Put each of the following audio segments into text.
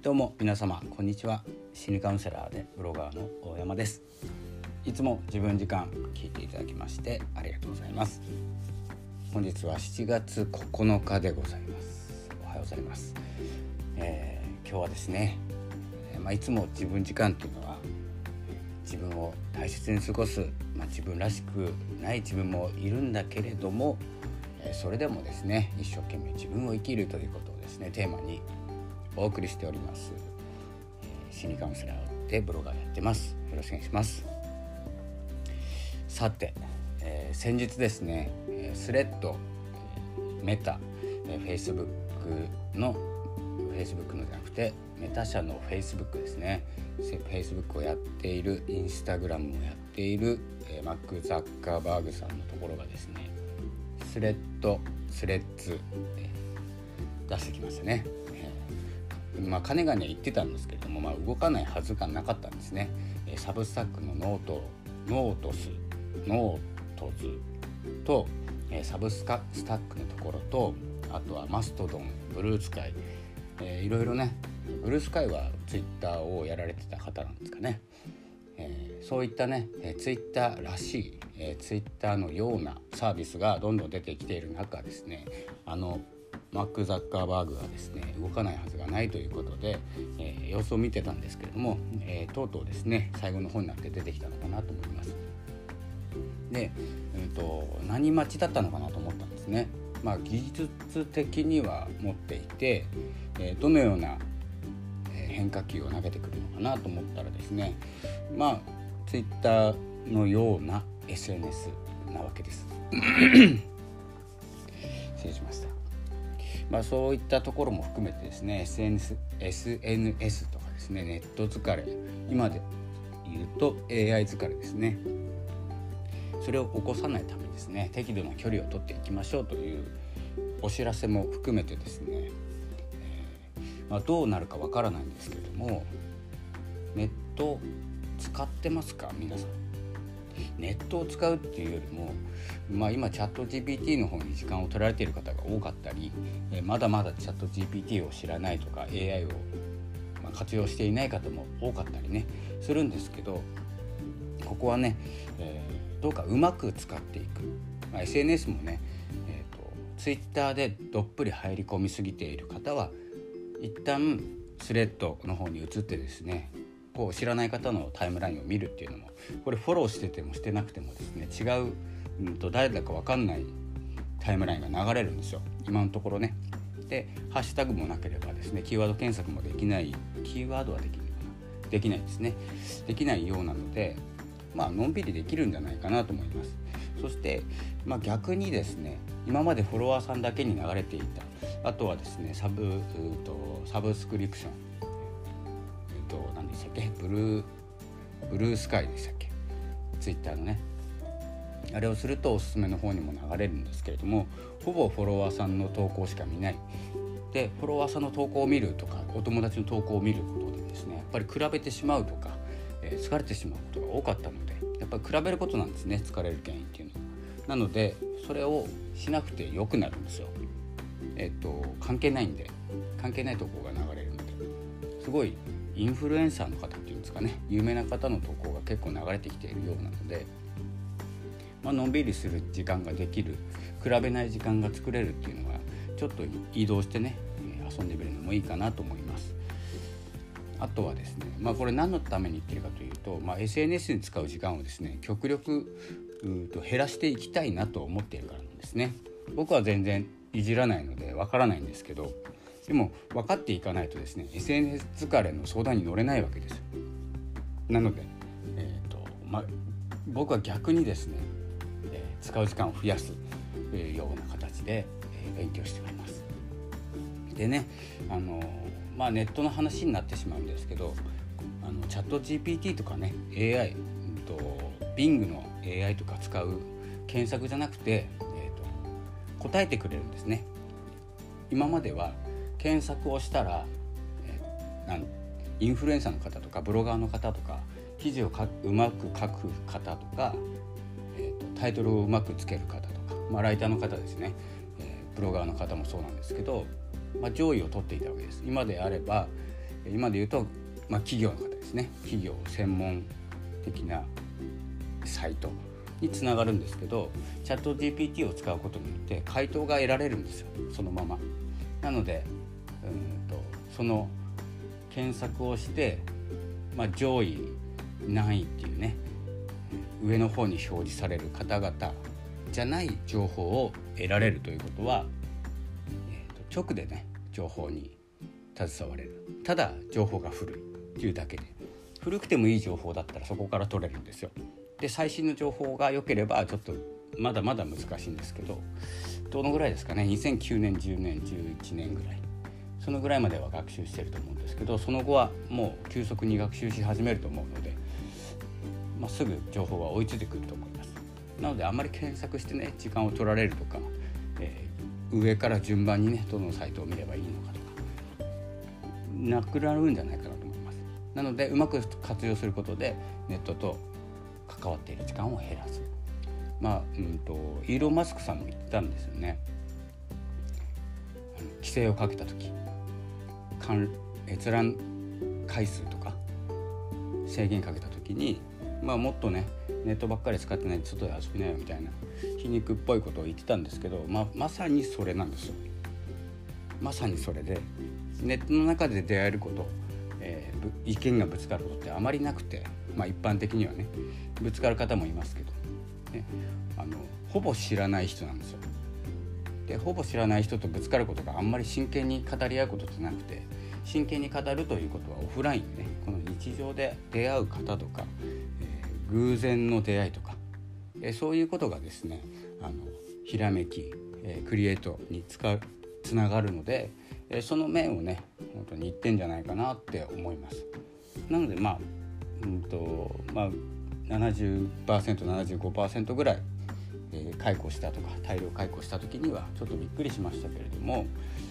どうも皆様こんにちは。心理カウンセラーでブロガーの大山です。いつも自分時間聞いていただきましてありがとうございます。本日は7月9日でございます。おはようございます。今日はですね、いつも自分時間というのは自分を大切に過ごす、自分らしくない自分もいるんだけれども、それでもですね一生懸命自分を生きるということをですねテーマにお送りしております。心理カウンセラーでブロガーやってます。よろしくお願いします。さて、先日ですねスレッド、メタ、Facebook のじゃなくてメタ社の Facebook ですね。 Facebook をやっている、インスタグラムをやっている、マック・ザッカーバーグさんのところがですねスレッズ、出してきましたね。かねがね言ってたんですけれども、動かないはずがなかったんですね。サブスタックのノートズと、サブスタックのところと、あとはマストドン、ブルースカイ、いろいろね。ブルースカイはツイッターをやられてた方なんですかね。そういったねツイッターらしい、ツイッターのようなサービスがどんどん出てきている中ですね、マック・ザッカーバーグがですね動かないはずがないということで、様子を見てたんですけれども、とうとうですね最後の方になって出てきたのかなと思います。で、何待ちだったのかなと思ったんですね。技術的には持っていて、どのような変化球を投げてくるのかなと思ったらですね、ツイッターのような SNS なわけです失礼しました。そういったところも含めてですね SNS とかですねネット疲れ、今で言うと AI 疲れですね。それを起こさないためにですね適度な距離を取っていきましょうというお知らせも含めてですね、どうなるかわからないんですけれども、ネット使ってますか皆さん。ネットを使うっていうよりも、今チャット GPT の方に時間を取られている方が多かったり、まだまだチャット GPT を知らないとか AI を活用していない方も多かったりねするんですけど、ここはね、どうかうまく使っていく、SNS もね、Twitter でどっぷり入り込みすぎている方は一旦スレッドの方に移ってですね、こう知らない方のタイムラインを見るっていうのも、これフォローしててもしてなくてもですね違う、誰だか分かんないタイムラインが流れるんですよ今のところね。でハッシュタグもなければですねキーワード検索もできない、キーワードはできるのかな、できないですね、できないようなのでのんびりできるんじゃないかなと思います。そして、逆にですね今までフォロワーさんだけに流れていた、あとはですねサブスクリプション、何でしたっけ、ブルースカイでしたっけ、ツイッターのね、あれをするとおすすめの方にも流れるんですけれども、ほぼフォロワーさんの投稿しか見ないで、フォロワーさんの投稿を見るとかお友達の投稿を見ることでですねやっぱり比べてしまうとか、疲れてしまうことが多かったので、やっぱり比べることなんですね、疲れる原因っていうのは。なのでそれをしなくてよくなるんですよ。関係ない投稿が流れるので、すごいインフルエンサーの方っていうんですかね、有名な方の投稿が結構流れてきているようなので、のんびりする時間ができる、比べない時間が作れるっていうのはちょっと移動してね遊んでみるのもいいかなと思います。あとはですね、これ何のために言ってるかというと、SNS に使う時間をですね極力減らしていきたいなと思っているからなんですね。僕は全然いじらないのでわからないんですけど、でも分かっていかないとですね SNS 疲れの相談に乗れないわけです。なので、僕は逆にですね、使う時間を増やすような形で、勉強しております。でね、ネットの話になってしまうんですけど、チャット GPT とかね AI、Bing の AI とか使う検索じゃなくて、答えてくれるんですね。今までは検索をしたら、インフルエンサーの方とかブロガーの方とか記事をうまく書く方とか、タイトルをうまくつける方とか、ライターの方ですね、ブロガーの方もそうなんですけど、上位を取っていたわけです。今であれば、 今で言うと、企業の方ですね、企業専門的なサイトにつながるんですけど、チャット GPT を使うことによって回答が得られるんですよ、そのまま。なのでその検索をして、上位何位っていうね、上の方に表示される方々じゃない情報を得られるということは、直でね情報に携われる。ただ情報が古いっていうだけで、古くてもいい情報だったらそこから取れるんですよ。で最新の情報が良ければちょっとまだまだ難しいんですけど、どのぐらいですかね、2009年10年11年ぐらい、そのぐらいまでは学習してると思うんですけど、その後はもう急速に学習し始めると思うので、すぐ情報は追いついてくると思います。なのであんまり検索してね時間を取られるとか、上から順番にねどのサイトを見ればいいのかとかなくなるんじゃないかなと思います。なのでうまく活用することでネットと関わっている時間を減らす。イーロン・マスクさんも言ってたんですよね。規制をかけた時、閲覧回数とか制限かけた時に、もっとねネットばっかり使ってないで外で遊びなよみたいな皮肉っぽいことを言ってたんですけど、まさにそれなんですよ。まさにそれで、ネットの中で出会えること、意見がぶつかることってあまりなくて、一般的にはねぶつかる方もいますけど、ね、ほぼ知らない人なんですよ。でほぼ知らない人とぶつかることがあんまり真剣に語り合うことじゃなくて、真剣に語るということはオフラインでね、この日常で出会う方とか、偶然の出会いとか、そういうことがですねひらめき、クリエイトにつながるので、その面をね本当に言ってんじゃないかなって思います。なので70%、75% ぐらい、解雇したとか大量解雇した時にはちょっとびっくりしましたけれども、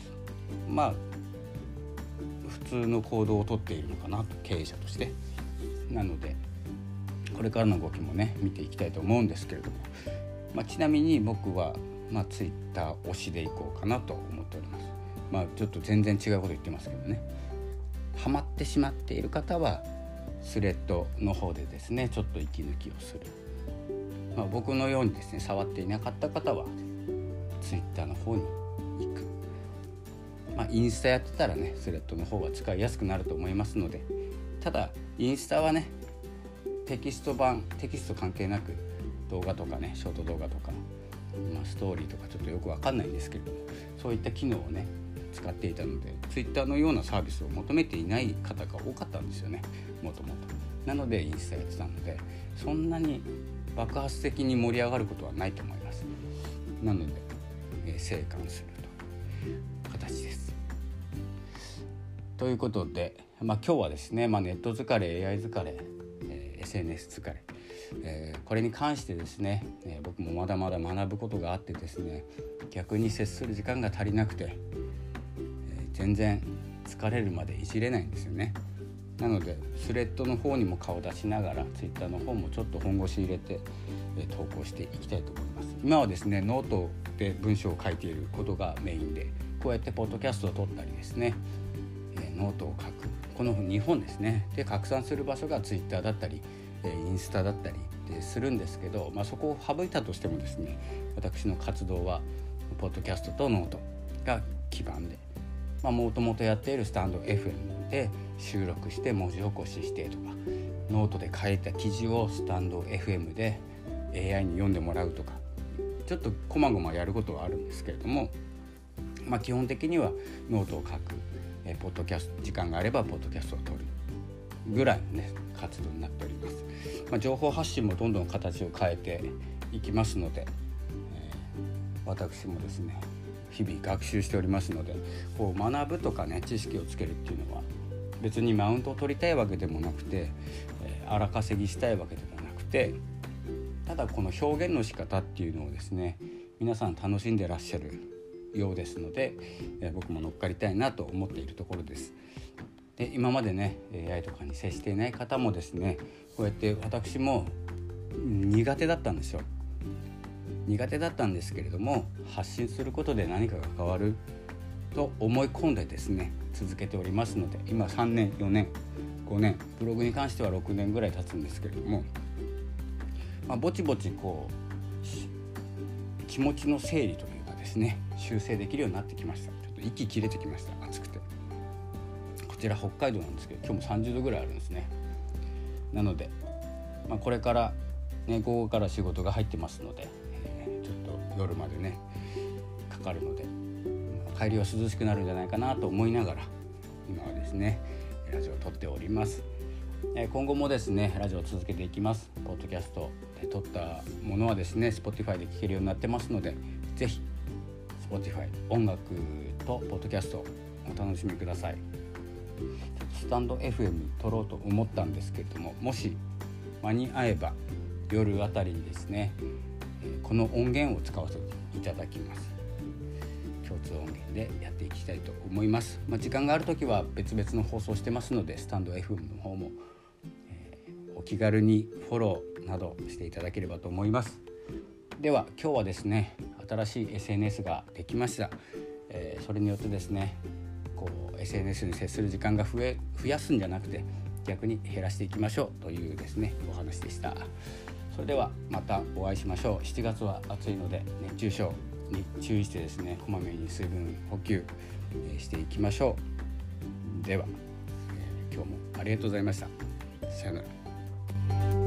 普通の行動をとっているのかなと、経営者として。なのでこれからの動きもね見ていきたいと思うんですけれども、ちなみに僕はツイッター推しでいこうかなと思っております。ちょっと全然違うこと言ってますけどね、ハマってしまっている方はスレッドの方でですねちょっと息抜きをする。僕のようにですね触っていなかった方はツイッターの方に行く。インスタやってたらねスレッドの方は使いやすくなると思いますので、ただインスタはねテキスト関係なく動画とかねショート動画とか、ストーリーとかちょっとよくわかんないんですけれども、そういった機能をね使っていたので、ツイッターのようなサービスを求めていない方が多かったんですよね、もともと。なのでインスタやってたので、そんなに爆発的に盛り上がることはないと思います。なので、静観するという形です。ということで、今日はですね、ネット疲れ、AI 疲れ、SNS 疲れ、これに関してですね、僕もまだまだ学ぶことがあってですね、逆に接する時間が足りなくて、全然疲れるまでいじれないんですよね。なのでスレッドの方にも顔出しながら、ツイッターの方もちょっと本腰入れて、投稿していきたいと思います。今はですねノートで文章を書いていることがメインで、こうやってポッドキャストを撮ったりですね、ノートを書く、この2本ですねで拡散する場所がツイッターだったり、インスタだったりでするんですけど、そこを省いたとしてもですね、私の活動はポッドキャストとノートが基盤で、もともとやっているスタンド FM で収録して文字起こししてとか、ノートで書いた記事をスタンド FM で AI に読んでもらうとか、ちょっとこまごまやることはあるんですけれども、基本的にはノートを書く、ポッドキャスト、時間があればポッドキャストを撮るぐらいのね活動になっております。情報発信もどんどん形を変えていきますので、私もですね日々学習しておりますので、こう学ぶとかね知識をつけるっていうのは別にマウントを取りたいわけでもなくて、荒稼ぎしたいわけでもなくて、ただこの表現の仕方っていうのをですね皆さん楽しんでらっしゃるようですので、僕も乗っかりたいなと思っているところです。で今までね AI とかに接していない方もですね、こうやって私も苦手だったんですよ。苦手だったんですけれども、発信することで何かが変わると思い込んでですね続けておりますので、今3年4年5年、ブログに関しては6年ぐらい経つんですけれども、ぼちぼちこう気持ちの整理というかですね、修正できるようになってきました。ちょっと息切れてきました。暑くて、こちら北海道なんですけど、今日も30度ぐらいあるんですね。なので、これからね、午後から仕事が入ってますので、ちょっと夜までねかかるので、帰りは涼しくなるんじゃないかなと思いながら今はですねラジオを撮っております。今後もですねラジオを続けていきます。ポッドキャストで撮ったものはですね Spotify で聴けるようになってますので、ぜひ Spotify 音楽とポッドキャストをお楽しみください。スタンド FM 撮ろうと思ったんですけれども、もし間に合えば夜あたりにですねこの音源を使わせていただきます。共通音源でやっていきたいと思います。時間があるときは別々の放送してますので、スタンド FM の方も、お気軽にフォローなどしていただければと思います。では今日はですね新しい SNS ができました。それによってですねSNS に接する時間が増やすんじゃなくて逆に減らしていきましょうというですねお話でした。それではまたお会いしましょう。7月は暑いので熱中症に注意してですねこまめに水分補給していきましょう。では、今日もありがとうございました。さよなら。